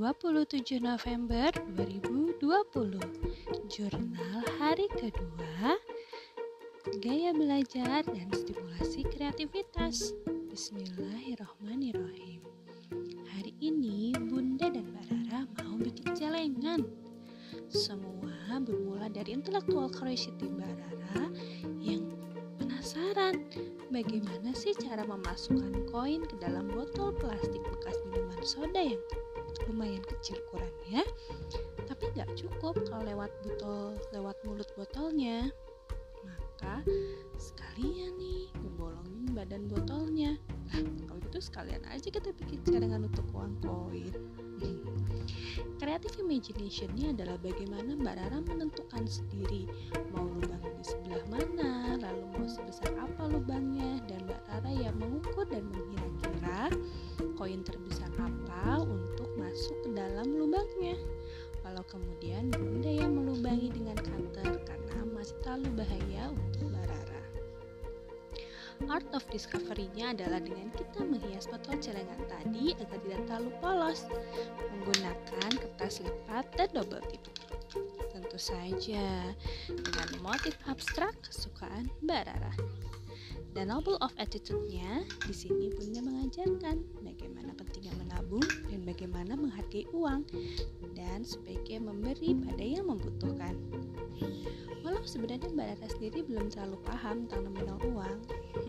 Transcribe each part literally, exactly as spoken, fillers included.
dua puluh tujuh November dua ribu dua puluh. Jurnal hari kedua, gaya belajar dan stimulasi kreativitas. Bismillahirrahmanirrahim. Hari ini Bunda dan Mbak Rara mau bikin celengan. Semua bermula dari intellectual curiosity Mbak Rara yang penasaran bagaimana sih cara memasukkan koin ke dalam botol plastik bekas minuman soda yang lumayan kecil ukurannya, tapi nggak cukup kalau lewat botol lewat mulut botolnya. Maka sekalian nih ngebolongin badan botolnya. Lah kalau gitu sekalian aja kita bikin celengan untuk uang koin. hmm. Creative imagination-nya adalah bagaimana Mbak Rara menentukan sendiri mau lubangnya di sebelah mana, lalu mau sebesar apa lubangnya, dan Mbak Rara yang mengukur dan mengira-kira koin terbesar apa untuk masuk ke dalam lubangnya. Lalu kemudian Bunda yang melubangi dengan cutter karena masih terlalu bahaya untuk Mbak Rara. Art of discovery-nya adalah dengan kita menghias botol celengan tadi agar tidak terlalu polos menggunakan kertas lipat dan double tip. Tentu saja dengan motif abstrak kesukaan Mbak Rara. Dan noble of attitude-nya, di sini Bunda mengajarkan bagaimana pentingnya menabung dan bagaimana menghargai uang dan sebaiknya memberi pada yang membutuhkan. Walau sebenarnya Mbak Rara sendiri belum terlalu paham tentang nominal uang.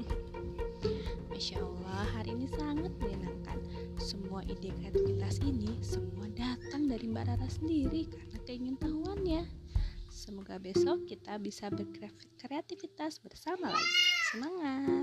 Masya Allah, hari ini sangat menyenangkan. Semua ide kreativitas ini semua datang dari Mbak Rara sendiri karena keingintahuannya. Semoga besok kita bisa berkreativitas bersama lagi. Semangat!